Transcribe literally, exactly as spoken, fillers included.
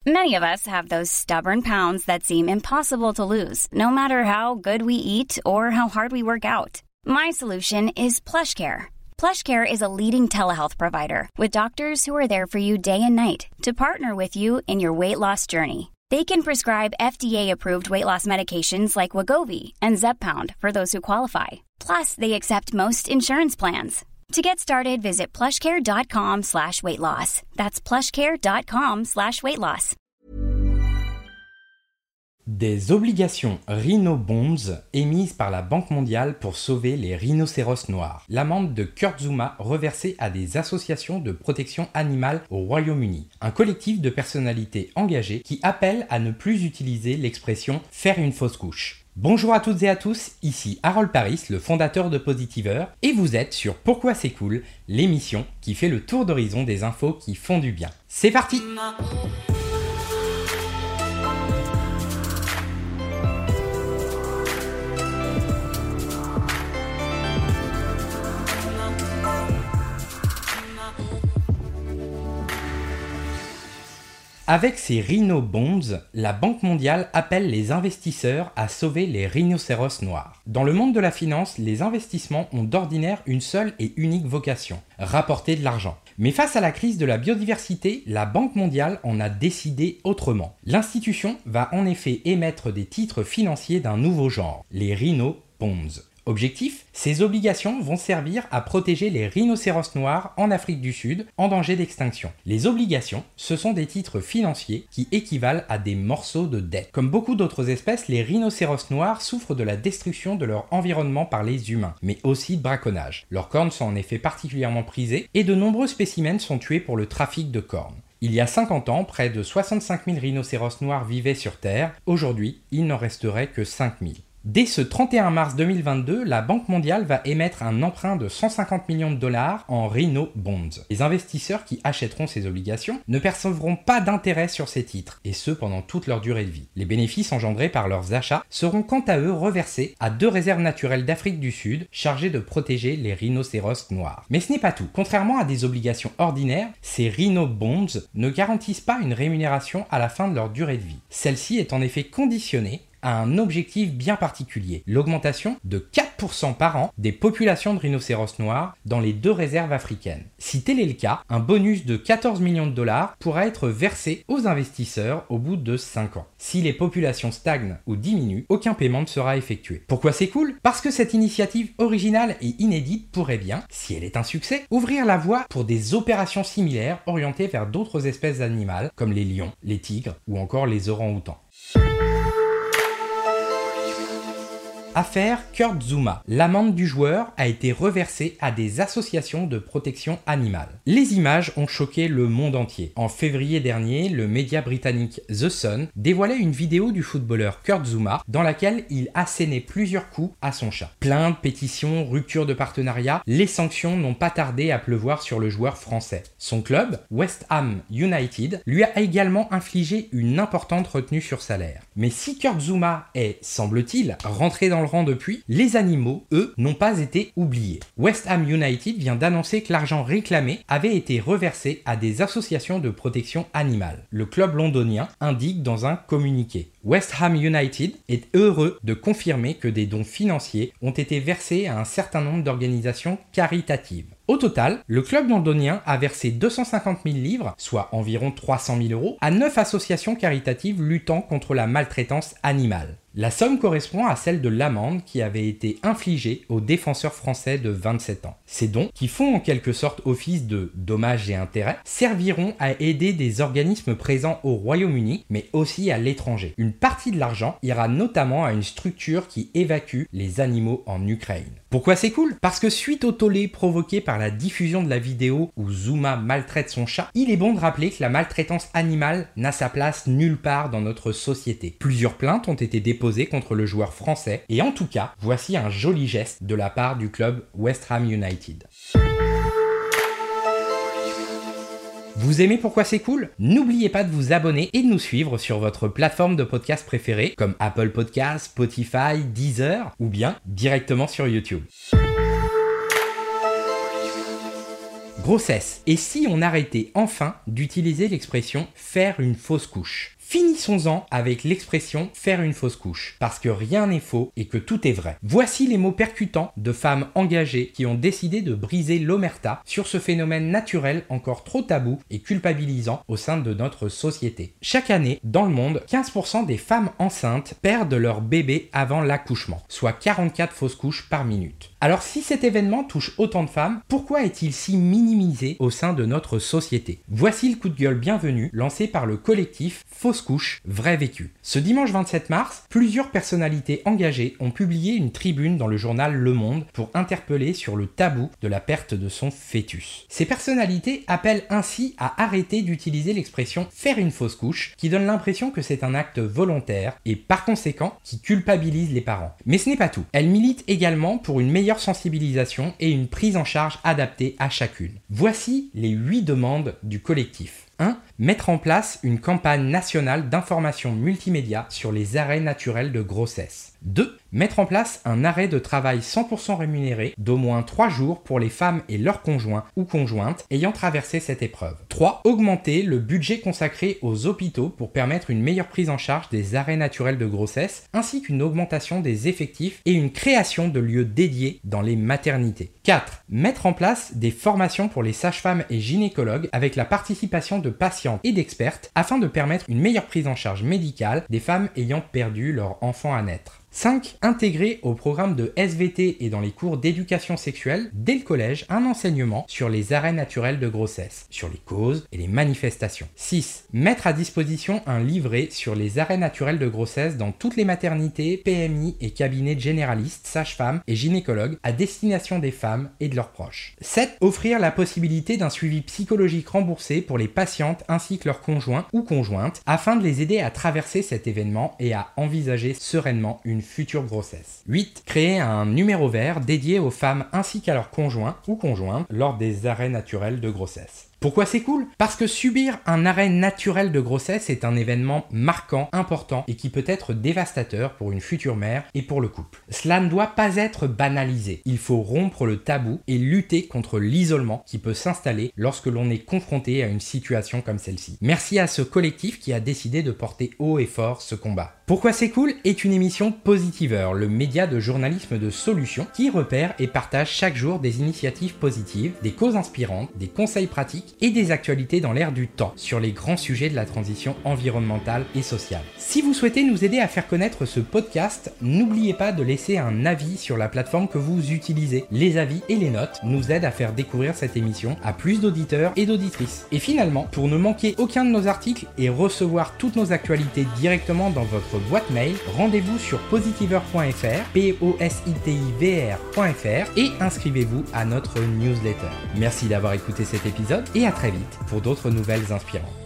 Many of us have those stubborn pounds that seem impossible to lose, no matter how good we eat or how hard we work out. My solution is PlushCare. PlushCare is a leading telehealth provider with doctors who are there for you day and night to partner with you in your weight loss journey. They can prescribe F D A-approved weight loss medications like Wegovy and Zepbound for those who qualify. Plus, they accept most insurance plans. To get started, visit plushcare.com slash weight loss. That's plushcare.com slash weight loss. Des obligations Rhino Bonds émises par la Banque mondiale pour sauver les rhinocéros noirs. L'amende de Kurt Zouma reversée à des associations de protection animale au Royaume-Uni. Un collectif de personnalités engagées qui appelle à ne plus utiliser l'expression « faire une fausse couche ». Bonjour à toutes et à tous, ici Harold Paris, le fondateur de Positiver, et vous êtes sur Pourquoi c'est cool, l'émission qui fait le tour d'horizon des infos qui font du bien. C'est parti! Avec ses Rhino Bonds, la Banque mondiale appelle les investisseurs à sauver les rhinocéros noirs. Dans le monde de la finance, les investissements ont d'ordinaire une seule et unique vocation, rapporter de l'argent. Mais face à la crise de la biodiversité, la Banque mondiale en a décidé autrement. L'institution va en effet émettre des titres financiers d'un nouveau genre, les Rhino Bonds. Objectif, ces obligations vont servir à protéger les rhinocéros noirs en Afrique du Sud en danger d'extinction. Les obligations, ce sont des titres financiers qui équivalent à des morceaux de dette. Comme beaucoup d'autres espèces, les rhinocéros noirs souffrent de la destruction de leur environnement par les humains, mais aussi de braconnage. Leurs cornes sont en effet particulièrement prisées et de nombreux spécimens sont tués pour le trafic de cornes. Il y a cinquante ans, près de soixante-cinq mille rhinocéros noirs vivaient sur Terre. Aujourd'hui, il n'en resterait que cinq mille. Dès ce trente et un mars deux mille vingt-deux, la Banque mondiale va émettre un emprunt de cent cinquante millions de dollars en Rhino Bonds. Les investisseurs qui achèteront ces obligations ne percevront pas d'intérêt sur ces titres, et ce pendant toute leur durée de vie. Les bénéfices engendrés par leurs achats seront quant à eux reversés à deux réserves naturelles d'Afrique du Sud chargées de protéger les rhinocéros noirs. Mais ce n'est pas tout. Contrairement à des obligations ordinaires, ces Rhino Bonds ne garantissent pas une rémunération à la fin de leur durée de vie. Celle-ci est en effet conditionnée à un objectif bien particulier, l'augmentation de quatre pour cent par an des populations de rhinocéros noirs dans les deux réserves africaines. Si tel est le cas, un bonus de quatorze millions de dollars pourra être versé aux investisseurs au bout de cinq ans. Si les populations stagnent ou diminuent, aucun paiement ne sera effectué. Pourquoi c'est cool ? Parce que cette initiative originale et inédite pourrait bien, si elle est un succès, ouvrir la voie pour des opérations similaires orientées vers d'autres espèces animales comme les lions, les tigres ou encore les orang-outans. Affaire Kurt Zouma. L'amende du joueur a été reversée à des associations de protection animale. Les images ont choqué le monde entier. En février dernier, le média britannique The Sun dévoilait une vidéo du footballeur Kurt Zouma dans laquelle il assénait plusieurs coups à son chat. Plaintes, pétitions, rupture de partenariat, les sanctions n'ont pas tardé à pleuvoir sur le joueur français. Son club, West Ham United, lui a également infligé une importante retenue sur salaire. Mais si Kurt Zouma est, semble-t-il, rentré dans le rang depuis, les animaux, eux, n'ont pas été oubliés. West Ham United vient d'annoncer que l'argent réclamé avait été reversé à des associations de protection animale. Le club londonien indique dans un communiqué. West Ham United est heureux de confirmer que des dons financiers ont été versés à un certain nombre d'organisations caritatives. Au total, le club londonien a versé deux cent cinquante mille livres, soit environ trois cent mille euros, à neuf associations caritatives luttant contre la maltraitance animale. La somme correspond à celle de l'amende qui avait été infligée aux défenseurs français de vingt-sept ans. Ces dons, qui font en quelque sorte office de dommages et intérêts, serviront à aider des organismes présents au Royaume-Uni, mais aussi à l'étranger. Une partie de l'argent ira notamment à une structure qui évacue les animaux en Ukraine. Pourquoi c'est cool ? Parce que suite au tollé provoqué par la diffusion de la vidéo où Zouma maltraite son chat, il est bon de rappeler que la maltraitance animale n'a sa place nulle part dans notre société. Plusieurs plaintes ont été déposées contre le joueur français et en tout cas, voici un joli geste de la part du club West Ham United. Vous aimez Pourquoi c'est cool ? N'oubliez pas de vous abonner et de nous suivre sur votre plateforme de podcast préférée comme Apple Podcasts, Spotify, Deezer ou bien directement sur YouTube. Grossesse. Et si on arrêtait enfin d'utiliser l'expression « faire une fausse couche » ? Finissons-en avec l'expression « faire une fausse couche », parce que rien n'est faux et que tout est vrai. Voici les mots percutants de femmes engagées qui ont décidé de briser l'omerta sur ce phénomène naturel encore trop tabou et culpabilisant au sein de notre société. Chaque année, dans le monde, quinze pour cent des femmes enceintes perdent leur bébé avant l'accouchement, soit quarante-quatre fausses couches par minute. Alors si cet événement touche autant de femmes, pourquoi est-il si minimisé au sein de notre société ? Voici le coup de gueule bienvenu lancé par le collectif Fausse couche, vrai vécu. Ce dimanche vingt-sept mars, plusieurs personnalités engagées ont publié une tribune dans le journal Le Monde pour interpeller sur le tabou de la perte de son fœtus. Ces personnalités appellent ainsi à arrêter d'utiliser l'expression « faire une fausse couche » qui donne l'impression que c'est un acte volontaire et par conséquent qui culpabilise les parents. Mais ce n'est pas tout. Elles militent également pour une meilleure sensibilisation et une prise en charge adaptée à chacune. Voici les huit demandes du collectif. un. Mettre en place une campagne nationale d'information multimédia sur les arrêts naturels de grossesse. deux. Mettre en place un arrêt de travail cent pour cent rémunéré d'au moins trois jours pour les femmes et leurs conjoints ou conjointes ayant traversé cette épreuve. trois. Augmenter le budget consacré aux hôpitaux pour permettre une meilleure prise en charge des arrêts naturels de grossesse ainsi qu'une augmentation des effectifs et une création de lieux dédiés dans les maternités. quatre. Mettre en place des formations pour les sages-femmes et gynécologues avec la participation de patients et d'expertes afin de permettre une meilleure prise en charge médicale des femmes ayant perdu leur enfant à naître. cinq. Intégrer au programme de S V T et dans les cours d'éducation sexuelle dès le collège un enseignement sur les arrêts naturels de grossesse, sur les causes et les manifestations. six. Mettre à disposition un livret sur les arrêts naturels de grossesse dans toutes les maternités, P M I et cabinets de généralistes, sages-femmes et gynécologues à destination des femmes et de leurs proches. sept. Offrir la possibilité d'un suivi psychologique remboursé pour les patientes ainsi que leurs conjoints ou conjointes afin de les aider à traverser cet événement et à envisager sereinement une future grossesse. huit. Créer un numéro vert dédié aux femmes ainsi qu'à leurs conjoints ou conjointes lors des arrêts naturels de grossesse. Pourquoi c'est cool ? Parce que subir un arrêt naturel de grossesse est un événement marquant, important et qui peut être dévastateur pour une future mère et pour le couple. Cela ne doit pas être banalisé. Il faut rompre le tabou et lutter contre l'isolement qui peut s'installer lorsque l'on est confronté à une situation comme celle-ci. Merci à ce collectif qui a décidé de porter haut et fort ce combat. Pourquoi c'est cool est une émission Positiveur, le média de journalisme de solutions qui repère et partage chaque jour des initiatives positives, des causes inspirantes, des conseils pratiques et des actualités dans l'air du temps sur les grands sujets de la transition environnementale et sociale. Si vous souhaitez nous aider à faire connaître ce podcast, n'oubliez pas de laisser un avis sur la plateforme que vous utilisez. Les avis et les notes nous aident à faire découvrir cette émission à plus d'auditeurs et d'auditrices. Et finalement, pour ne manquer aucun de nos articles et recevoir toutes nos actualités directement dans votre boîte mail, rendez-vous sur positiveur point f r, P O S I T I V R point F R et inscrivez-vous à notre newsletter. Merci d'avoir écouté cet épisode et à très vite pour d'autres nouvelles inspirantes.